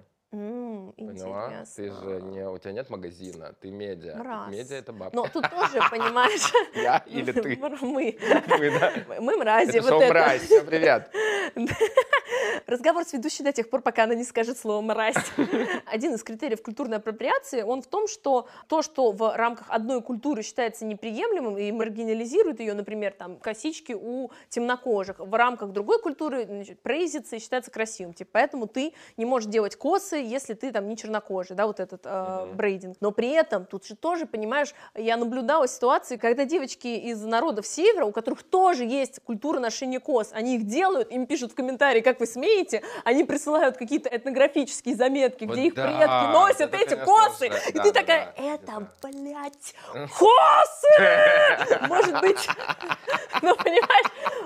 Поняла? Интересно. Ты же не, у тебя нет магазина, ты медиа. Мразь. Медиа это бабка. Но тут тоже, понимаешь... Я или ты? Мы. Мы, да? Мы мрази. Это шоу «Мразь». Всем привет. Разговор с ведущей до тех пор, пока она не скажет слово «мразь». Один из критериев культурной апроприации, он в том, что то, что в рамках одной культуры считается неприемлемым и маргинализирует ее, например, там, косички у темнокожих, в рамках другой культуры, значит, прейзится и считается красивым. Типа, поэтому ты не можешь делать косы, если ты там не чернокожий, да, вот этот брейдинг. Но при этом тут же тоже, понимаешь, я наблюдала ситуации, когда девочки из народов Севера, у которых тоже есть культура ношения кос, они их делают, им пишут в комментарии, как вы смеете, они присылают какие-то этнографические заметки, Вот где их да, предки носят это, эти конечно, косы, уже, и да, ты да, такая, да, это, да. блядь, косы! Может быть, ну, понимаешь,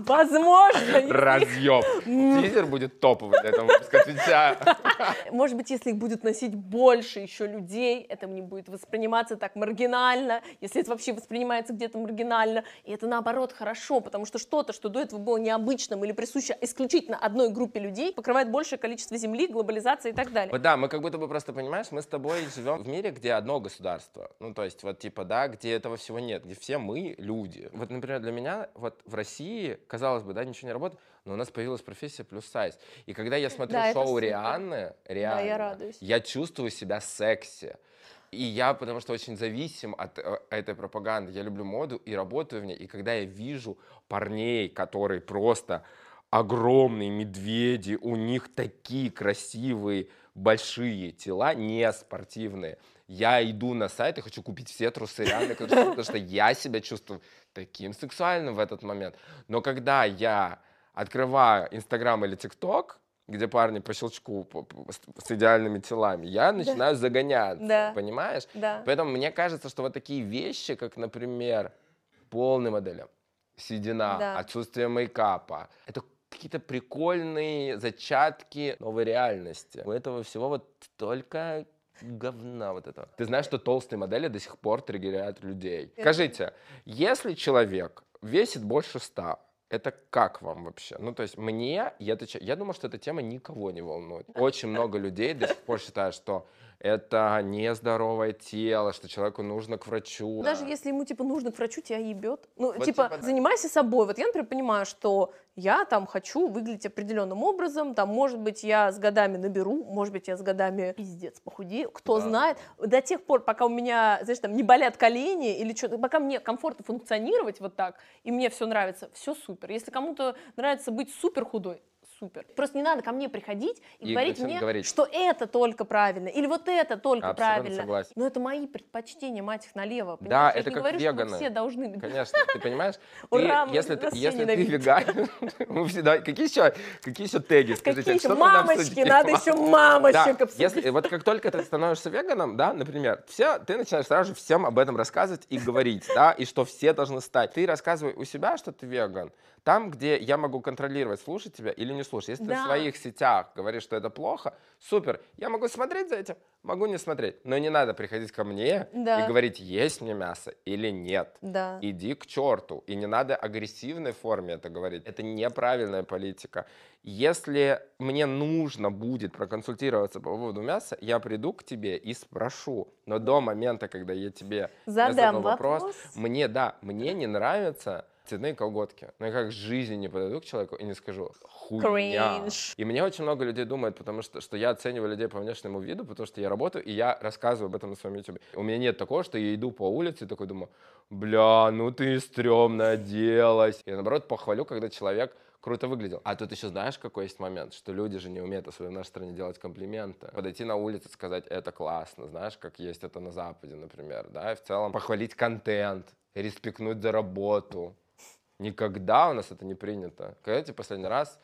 Возможно. Разъем. Тизер будет топовый для этого выпуска, отвечаю. Может быть, если их будет носить больше еще людей, это не будет восприниматься так маргинально, если это вообще воспринимается где-то маргинально, и это наоборот хорошо, потому что что-то, что до этого было необычным или присуще исключительно одной группе людей, покрывает большее количество земли, глобализация и так далее. Вот да, мы как будто бы просто, понимаешь, мы с тобой живем в мире, где одно государство. Ну, то есть, вот типа, да, где этого всего нет, где все мы люди. Вот, например, для меня, вот в России, казалось бы, да, ничего не работает, но у нас появилась профессия плюс сайз. И когда я смотрю Да, это шоу супер. Рианны, реально, я радуюсь. я чувствую себя секси. И я, потому что очень зависим от этой пропаганды, я люблю моду и работаю в ней. И когда я вижу парней, которые просто огромные медведи, у них такие красивые большие тела, не спортивные, я иду на сайт и хочу купить все трусы Рианны, потому что я себя чувствую таким сексуальным в этот момент. Но когда я открываю Инстаграм или ТикТок, где парни по щелчку с идеальными телами, я начинаю загоняться, Да. понимаешь? Да. Поэтому мне кажется, что вот такие вещи, как, например, полные модели, седина, Да. отсутствие мейкапа, это какие-то прикольные зачатки новой реальности. У этого всего вот только говна вот этого. Ты знаешь, что толстые модели до сих пор триггерят людей? Скажите, если человек весит больше 100, это как вам вообще? Ну, то есть я думаю, что эта тема никого не волнует. Очень много людей до сих пор считают, что это нездоровое тело, что человеку нужно к врачу. Даже если ему, типа, нужно к врачу, тебя ебет. Ну, Вот типа, типа да. занимайся собой. Вот я, например, понимаю, что я там хочу выглядеть определенным образом, там, может быть, я с годами наберу, может быть, я с годами пиздец похудею, кто Да. знает. До тех пор, пока у меня, знаешь, там, не болят колени или что-то, пока мне комфортно функционировать вот так, и мне все нравится, все супер. Если кому-то нравится быть супер худой, супер. Просто не надо ко мне приходить и говорить всем мне, говорить. что это только правильно, или вот это только Абсолютно правильно. согласен. Но это мои предпочтения, мать их налево. Да, понимаешь? Я это не как говорю, что веганы. мы все должны... Конечно, ты понимаешь? Ура, мы если нас все ты ненавидим. веганин, мы всегда... Какие еще теги? Скажите, Какие еще что надо мамочки? обсудить? Надо еще мамочек Да, обсудить. вот как только ты становишься веганом, да, например, ты начинаешь сразу же всем об этом рассказывать и говорить, да, и что все должны стать. Ты рассказывай у себя, что ты веган, там, где я могу контролировать, слушать тебя или не слушать. Если ты Да. в своих сетях говоришь, что это плохо, супер, я могу смотреть за этим, могу не смотреть, но не надо приходить ко мне Да. и говорить, есть мне мясо или нет. Да. Иди к черту. И не надо агрессивной форме это говорить. Это неправильная политика. Если мне нужно будет проконсультироваться по поводу мяса, я приду к тебе и спрошу. Но до момента, когда я тебе Задам задал вопрос. мне не нравятся цветные колготки. Но я как в жизни не подойду к человеку и не скажу хуйня. Кринж. И мне очень много людей думает, потому что я оцениваю людей по внешнему виду, потому что я работаю, и я рассказываю об этом на своем YouTube. У меня нет такого, что я иду по улице и такой думаю, бля, ну ты стрёмно оделась. Я наоборот похвалю, когда человек круто выглядел. А тут еще знаешь, какой есть момент, что люди же не умеют, особенно в нашей стране, делать комплименты. Подойти на улицу, сказать, это классно, знаешь, как есть это на Западе, например, да, и в целом похвалить контент, респектнуть за работу. Никогда у нас это не принято. Когда тебе последний раз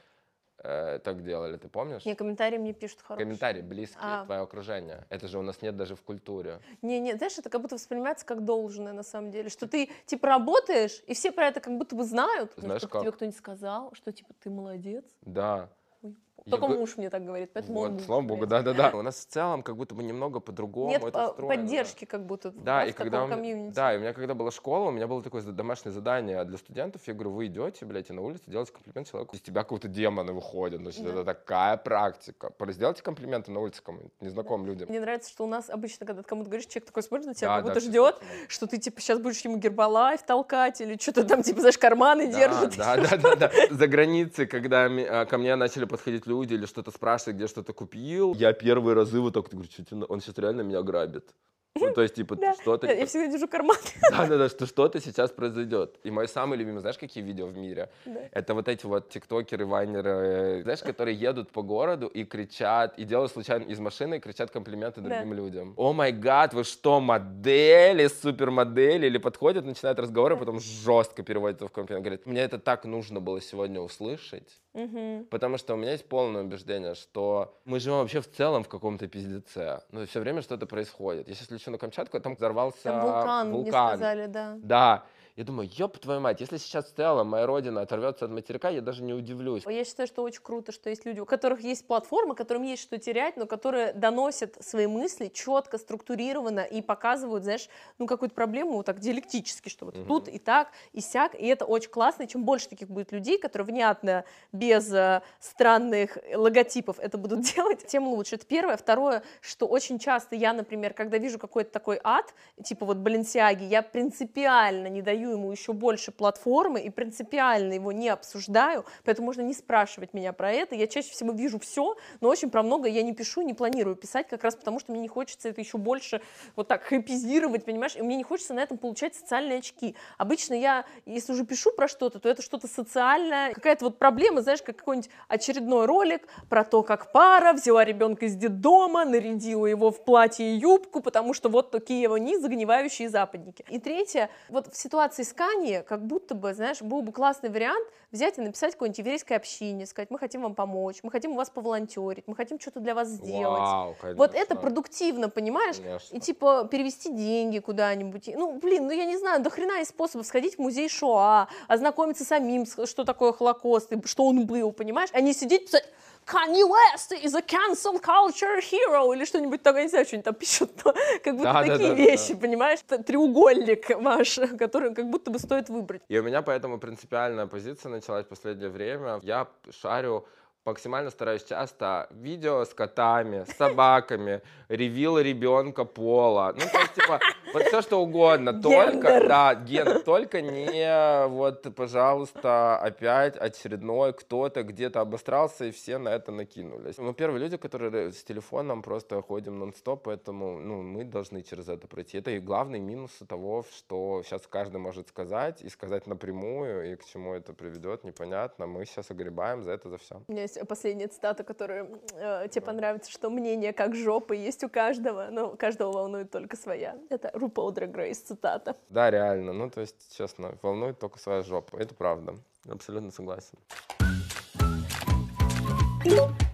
так делали, ты помнишь? Не, комментарии мне пишут хорошие. Комментарии близкие, твое окружение. Это же у нас нет даже в культуре. Не, знаешь, это как будто воспринимается как должное на самом деле, что ты, типа, работаешь, и все про это как будто бы знают, но Знаешь чтобы как? тебе кто-нибудь сказал, что, типа, ты молодец. Да. Только го- муж мне так говорит, поэтому он Вот, муж, слава богу, блядь. да. У нас в целом как будто бы немного по-другому Нет это устроено. поддержки как будто Да, и в когда таком комьюнити. да, и у меня когда была школа, у меня было такое домашнее задание для студентов. Я говорю, вы идете, блядь, и на улице делаете комплимент человеку. Из тебя какого-то демоны выходят. Значит, Да. это такая практика. Сделайте комплименты на улице кому-нибудь, незнакомым людям. Мне нравится, что у нас обычно, когда ты кому-то говоришь, человек такой смотрит на тебя, Да, как да, будто все ждет, точно. что ты, типа, сейчас будешь ему Гербалайф толкать или что-то там, типа, знаешь, карманы держит. Да. За границей, когда ко мне начали подходить люди или что-то спрашивать, где что-то купил, я первые разы вот так говорю, он сейчас реально меня грабит. Ну, то есть, типа, Да, что-то... я всегда держу карманы. Да, что-то сейчас произойдет. И мой самый любимый, знаешь, какие видео в мире? Да. Это вот эти вот тиктокеры, вайнеры, знаешь, которые едут по городу и кричат, и делают случайно из машины и кричат комплименты другим людям. О май гад, вы что, модели, супермодели? Или подходят, начинают разговоры, потом жестко переводят это в комплимент. Говорят, мне это так нужно было сегодня услышать. Потому что у меня есть полное убеждение, что мы живем вообще в целом в каком-то пиздеце. Ну, все время что-то происходит. Я сейчас лечу на Камчатку, а там взорвался Там вулкан, мне сказали, да. Да. Я думаю, ёб твою мать, если сейчас в целом моя родина оторвется от материка, я даже не удивлюсь. Я считаю, что очень круто, что есть люди, у которых есть платформа, которым есть что терять, но которые доносят свои мысли четко, структурированно и показывают, знаешь, ну, какую-то проблему вот так диалектически, что вот тут и так, и сяк, и это очень классно, и чем больше таких будет людей, которые внятно, без странных логотипов это будут делать, тем лучше. Это первое. Второе, что очень часто я, например, когда вижу какой-то такой ад, типа вот Баленсиаги, я принципиально не даю ему еще больше платформы и принципиально его не обсуждаю, поэтому можно не спрашивать меня про это. Я чаще всего вижу все, но очень про многое я не пишу, не планирую писать, как раз потому, что мне не хочется это еще больше вот так хайпизировать, понимаешь, и мне не хочется на этом получать социальные очки. Обычно я, если уже пишу про что-то, то это что-то социальное, какая-то вот проблема, знаешь, как какой-нибудь очередной ролик про то, как пара взяла ребенка из детдома, нарядила его в платье и юбку, потому что вот такие они загнивающие западники. И третье, вот в ситуации с Канье, как будто бы, знаешь, был бы классный вариант взять и написать какой-нибудь еврейской общине, сказать, мы хотим вам помочь, мы хотим у вас поволонтерить, мы хотим что-то для вас сделать. Вау, конечно. Вот это продуктивно, понимаешь? Конечно. И типа перевести деньги куда-нибудь. Ну, блин, ну я не знаю, до хрена есть способов сходить в музей Шоа, ознакомиться самим, что такое Холокост, и что он был, понимаешь? А не сидеть писать Kanye West is a cancel culture hero или что-нибудь такое, не знаю, что-нибудь там пишут, но как будто такие вещи, понимаешь? Треугольник ваш, который как будто бы стоит выбрать. И у меня поэтому принципиальная позиция началась в последнее время. Я шарю, максимально стараюсь часто видео с котами, с собаками, ревил ребенка пола. Ну, то есть, типа, вот все что угодно. Только, да, ген, только не вот, пожалуйста, опять очередной кто-то где-то обосрался, и все на это накинулись. Мы первые люди, которые с телефоном просто ходим нон-стоп, поэтому, ну, мы должны через это пройти. Это и главный минус того, что сейчас каждый может сказать, и сказать напрямую, и к чему это приведет, непонятно. Мы сейчас огребаем за это, за все. У меня есть последняя цитата, которая тебе понравится, что мнение как жопы есть у каждого, но каждого волнует только своя. Это RuPaul Drag Race цитата. Да, реально. Ну, то есть, честно, волнует только своя жопа. Это правда. Абсолютно согласен.